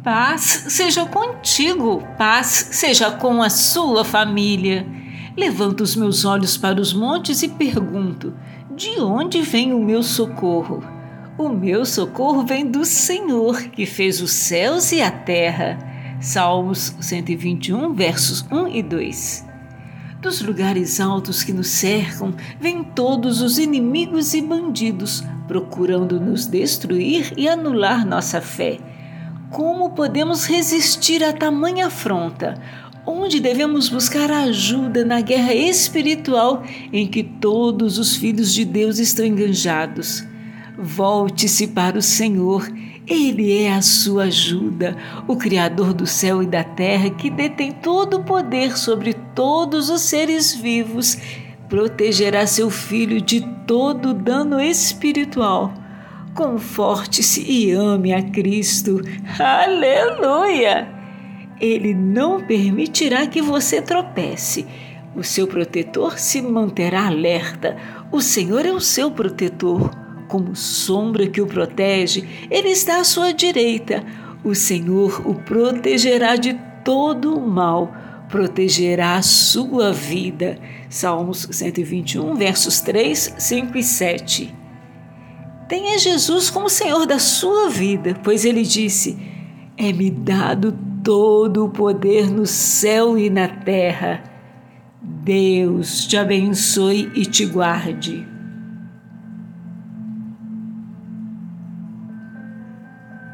Paz seja contigo, paz seja com a sua família. Levanto os meus olhos para os montes e pergunto: de onde vem o meu socorro? O meu socorro vem do Senhor, que fez os céus e a terra. Salmos 121, versos 1 e 2. Dos lugares altos que nos cercam, vêm todos os inimigos e bandidos, procurando nos destruir e anular nossa fé. Como podemos resistir a tamanha afronta? Onde devemos buscar ajuda na guerra espiritual em que todos os filhos de Deus estão enganjados? Volte-se para o Senhor, Ele é a sua ajuda, o Criador do céu e da terra, que detém todo o poder sobre todos os seres vivos, protegerá seu filho de todo dano espiritual. Conforte-se e ame a Cristo. Aleluia! Ele não permitirá que você tropece. O seu protetor se manterá alerta. O Senhor é o seu protetor. Como sombra que o protege, Ele está à sua direita. O Senhor o protegerá de todo o mal. Protegerá a sua vida. Salmos 121, versos 3, 5 e 7. Tenha Jesus como Senhor da sua vida, pois Ele disse: é-me dado todo o poder no céu e na terra. Deus te abençoe e te guarde.